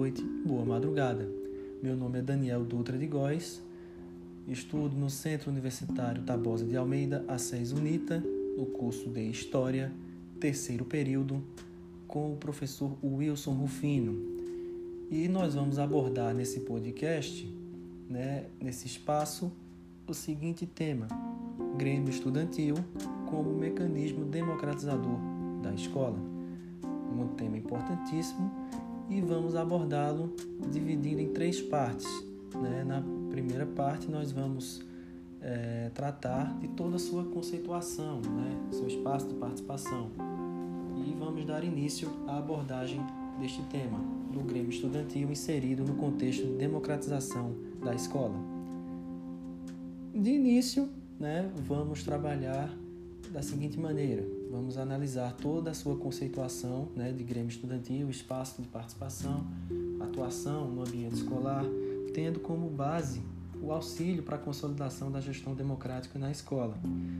noite, boa madrugada. Meu nome é Daniel Dutra de Góes, estudo no Centro Universitário Tabosa de Almeida, ACES UNITA, no curso de História, terceiro período, com o professor Wilson Rufino. E nós vamos abordar nesse podcast, nesse espaço, o seguinte tema: Grêmio Estudantil como mecanismo democratizador da escola. Um tema importantíssimo, e vamos abordá-lo dividindo em três partes. Na primeira parte nós vamos tratar de toda a sua conceituação, seu espaço de participação, e vamos dar início à abordagem deste tema, do Grêmio Estudantil inserido no contexto de democratização da escola. De início, vamos trabalhar da seguinte maneira: vamos analisar toda a sua conceituação de Grêmio Estudantil, espaço de participação, atuação no ambiente escolar, tendo como base o auxílio para a consolidação da gestão democrática na escola.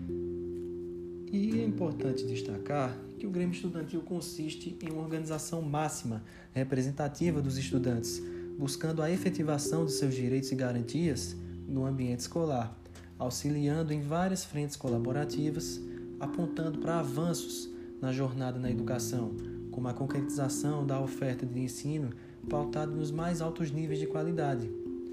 E é importante destacar que o Grêmio Estudantil consiste em uma organização máxima representativa dos estudantes, buscando a efetivação de seus direitos e garantias no ambiente escolar, auxiliando em várias frentes colaborativas, apontando para avanços na jornada na educação, como a concretização da oferta de ensino pautada nos mais altos níveis de qualidade.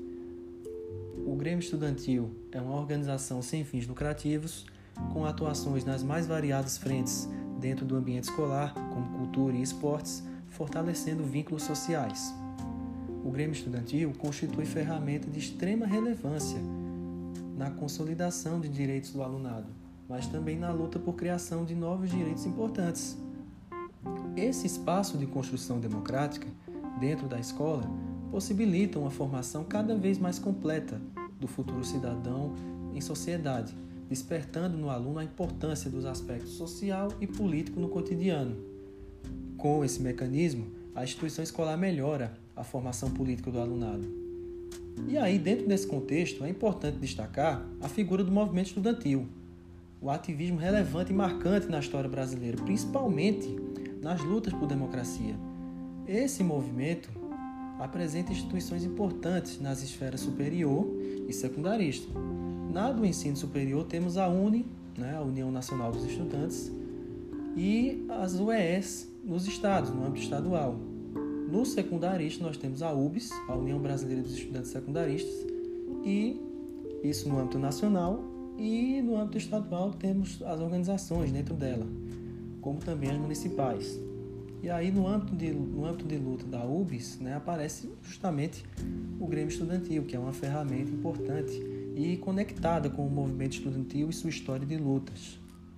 O Grêmio Estudantil é uma organização sem fins lucrativos, com atuações nas mais variadas frentes dentro do ambiente escolar, como cultura e esportes, fortalecendo vínculos sociais. O Grêmio Estudantil constitui ferramenta de extrema relevância na consolidação de direitos do alunado, mas também na luta por criação de novos direitos importantes. Esse espaço de construção democrática dentro da escola possibilita uma formação cada vez mais completa do futuro cidadão em sociedade, despertando no aluno a importância dos aspectos social e político no cotidiano. Com esse mecanismo, a instituição escolar melhora a formação política do alunado. E aí, dentro desse contexto, é importante destacar a figura do movimento estudantil, o ativismo relevante e marcante na história brasileira, principalmente nas lutas por democracia. Esse movimento apresenta instituições importantes nas esferas superior e secundarista. Na do ensino superior temos a UNE, a União Nacional dos Estudantes, e as UES nos estados, no âmbito estadual. No secundarista nós temos a UBS, a União Brasileira dos Estudantes Secundaristas, e isso no âmbito nacional, e no âmbito estadual temos as organizações dentro dela, como também as municipais. E aí no âmbito de luta da UBS, aparece justamente o Grêmio Estudantil, que é uma ferramenta importante e conectada com o movimento estudantil e sua história de lutas.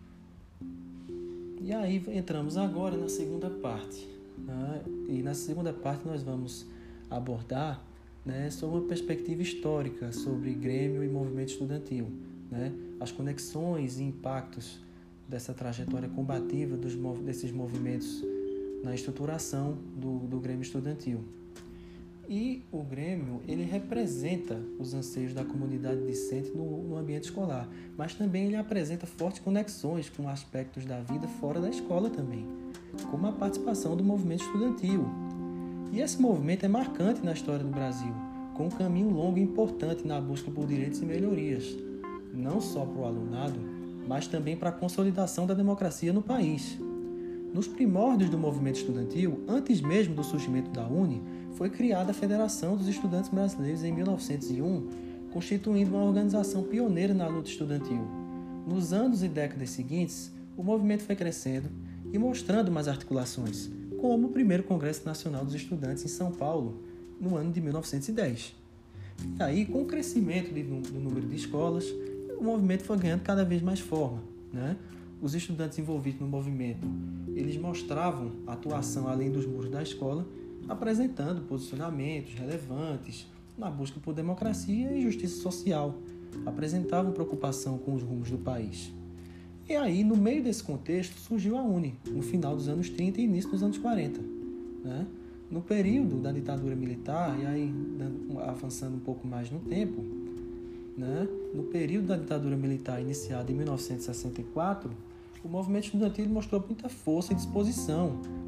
E aí entramos agora na segunda parte. E na segunda parte nós vamos abordar sobre uma perspectiva histórica sobre Grêmio e movimento estudantil, as conexões e impactos dessa trajetória combativa desses movimentos na estruturação do Grêmio Estudantil. E o Grêmio, ele representa os anseios da comunidade discente no ambiente escolar, mas também ele apresenta fortes conexões com aspectos da vida fora da escola também, como a participação do movimento estudantil. E esse movimento é marcante na história do Brasil, com um caminho longo e importante na busca por direitos e melhorias, não só para o alunado, mas também para a consolidação da democracia no país. Nos primórdios do movimento estudantil, antes mesmo do surgimento da UNE, foi criada a Federação dos Estudantes Brasileiros em 1901, constituindo uma organização pioneira na luta estudantil. Nos anos e décadas seguintes, o movimento foi crescendo e mostrando mais articulações, como o primeiro Congresso Nacional dos Estudantes em São Paulo, no ano de 1910. E aí, com o crescimento do número de escolas, o movimento foi ganhando cada vez mais forma, Os estudantes envolvidos no movimento, eles mostravam atuação além dos muros da escola, apresentando posicionamentos relevantes na busca por democracia e justiça social, apresentavam preocupação com os rumos do país. E aí, no meio desse contexto, surgiu a UNE, no final dos anos 30 e início dos anos 40. No período da ditadura militar, e aí avançando um pouco mais no tempo, no período da ditadura militar iniciada em 1964, o movimento estudantil mostrou muita força e disposição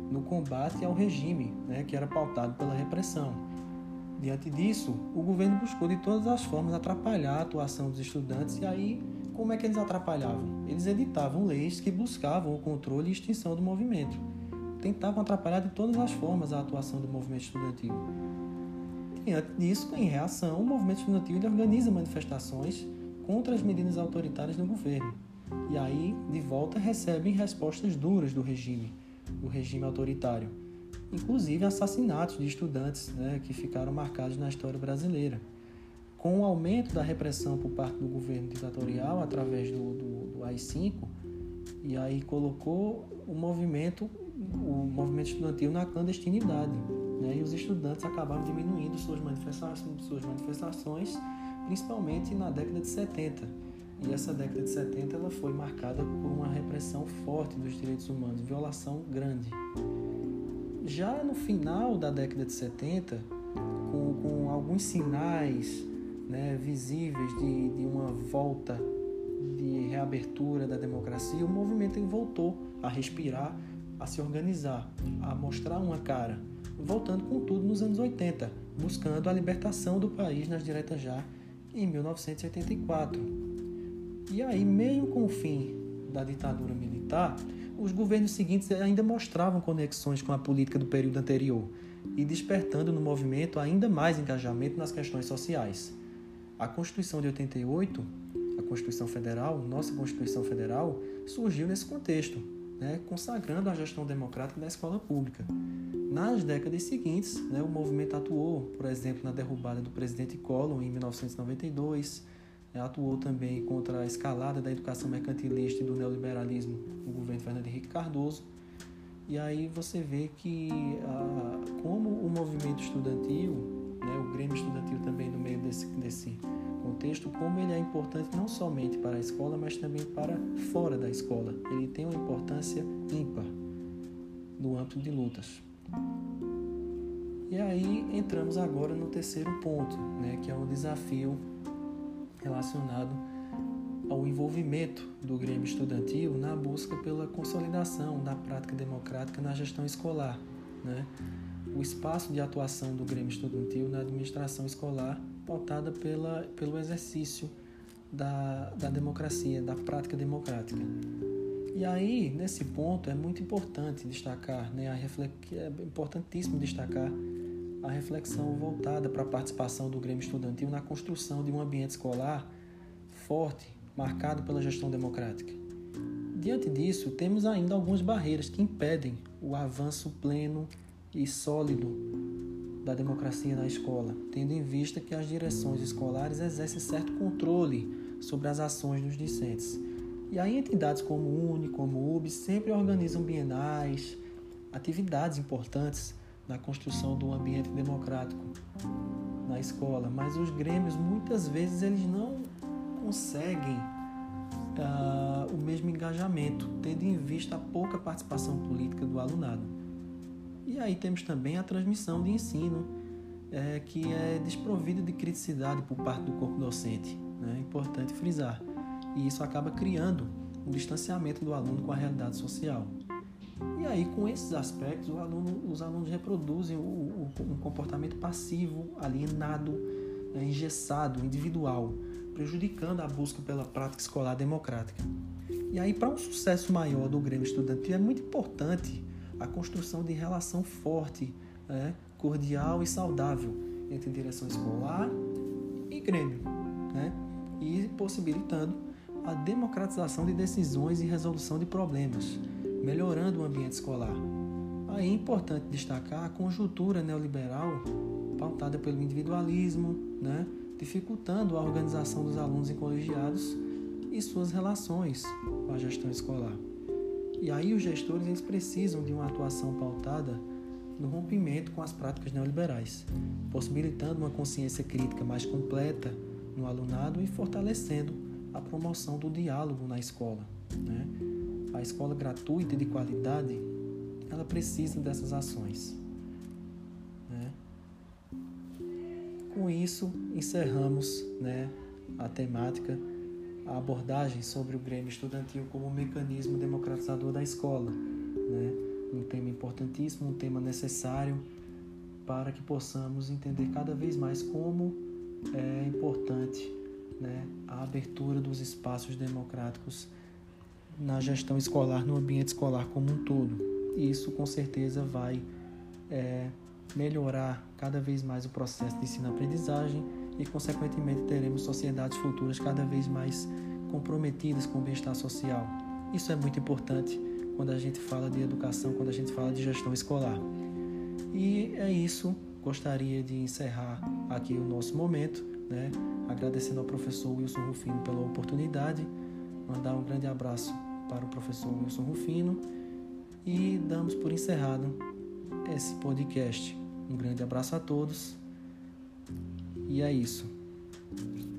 no combate ao regime, né, que era pautado pela repressão. Diante disso, o governo buscou de todas as formas atrapalhar a atuação dos estudantes. E aí, como é que eles atrapalhavam? Eles editavam leis que buscavam o controle e extinção do movimento. Tentavam atrapalhar de todas as formas a atuação do movimento estudantil. Diante disso, em reação, o movimento estudantil ele organiza manifestações contra as medidas autoritárias do governo. E aí, de volta, recebem respostas duras do regime autoritário. Inclusive assassinatos de estudantes, né, que ficaram marcados na história brasileira. Com o aumento da repressão por parte do governo ditatorial, através do AI-5, e aí colocou o movimento estudantil na clandestinidade, né, e os estudantes acabaram diminuindo suas manifestações, principalmente na década de 70. E essa década de 70 ela foi marcada por uma repressão forte dos direitos humanos, violação grande. Já no final da década de 70, com alguns sinais, né, visíveis de uma volta, de reabertura da democracia, o movimento voltou a respirar, a se organizar, a mostrar uma cara, voltando com tudo nos anos 80, buscando a libertação do país nas diretas já em 1984. E aí, mesmo com o fim da ditadura militar, os governos seguintes ainda mostravam conexões com a política do período anterior e despertando no movimento ainda mais engajamento nas questões sociais. A Constituição de 88, a Constituição Federal, nossa Constituição Federal, surgiu nesse contexto, né, consagrando a gestão democrática da escola pública. Nas décadas seguintes, né, o movimento atuou, por exemplo, na derrubada do presidente Collor em 1992, atuou também contra a escalada da educação mercantilista e do neoliberalismo no governo Fernando Henrique Cardoso. E aí você vê que como o movimento estudantil, né, o Grêmio Estudantil também no meio desse contexto, como ele é importante não somente para a escola, mas também para fora da escola. Ele tem uma importância ímpar no âmbito de lutas. E aí entramos agora no terceiro ponto, né, que é um desafio relacionado ao envolvimento do Grêmio Estudantil na busca pela consolidação da prática democrática na gestão escolar, né? O espaço de atuação do Grêmio Estudantil na administração escolar pautada pelo exercício da democracia, da prática democrática. E aí, nesse ponto, é muito importante destacar, né, é importantíssimo destacar a reflexão voltada para a participação do Grêmio Estudantil na construção de um ambiente escolar forte, marcado pela gestão democrática. Diante disso, temos ainda algumas barreiras que impedem o avanço pleno e sólido da democracia na escola, tendo em vista que as direções escolares exercem certo controle sobre as ações dos discentes. E aí entidades como o UNE, como o UBS, sempre organizam bienais, atividades importantes na construção de um ambiente democrático na escola, mas os grêmios muitas vezes eles não conseguem o mesmo engajamento, tendo em vista a pouca participação política do alunado. E aí temos também a transmissão de ensino, que é desprovida de criticidade por parte do corpo docente, né? É importante frisar. E isso acaba criando um distanciamento do aluno com a realidade social. E aí, com esses aspectos, os alunos reproduzem um comportamento passivo, alienado, engessado, individual, prejudicando a busca pela prática escolar democrática. E aí, para um sucesso maior do Grêmio Estudantil, é muito importante a construção de relação forte, cordial e saudável entre direção escolar e Grêmio, né? E possibilitando a democratização de decisões e resolução de problemas, melhorando o ambiente escolar. Aí é importante destacar a conjuntura neoliberal pautada pelo individualismo, né, dificultando a organização dos alunos em colegiados e suas relações com a gestão escolar. E aí os gestores eles precisam de uma atuação pautada no rompimento com as práticas neoliberais, possibilitando uma consciência crítica mais completa no alunado e fortalecendo a promoção do diálogo na escola, né? A escola gratuita e de qualidade, ela precisa dessas ações, né? Com isso, encerramos, né, a temática, a abordagem sobre o Grêmio Estudantil como um mecanismo democratizador da escola, né? um tema importantíssimo, um tema necessário para que possamos entender cada vez mais como é importante, né, a abertura dos espaços democráticos na gestão escolar, no ambiente escolar como um todo. E isso com certeza vai melhorar cada vez mais o processo de ensino-aprendizagem e, consequentemente, teremos sociedades futuras cada vez mais comprometidas com o bem-estar social. Isso é muito importante quando a gente fala de educação, quando a gente fala de gestão escolar. E é isso. Gostaria de encerrar aqui o nosso momento, né? Agradecendo ao professor Wilson Rufino pela oportunidade, mandar um grande abraço para o professor Wilson Rufino e damos por encerrado esse podcast. Um grande abraço a todos e é isso.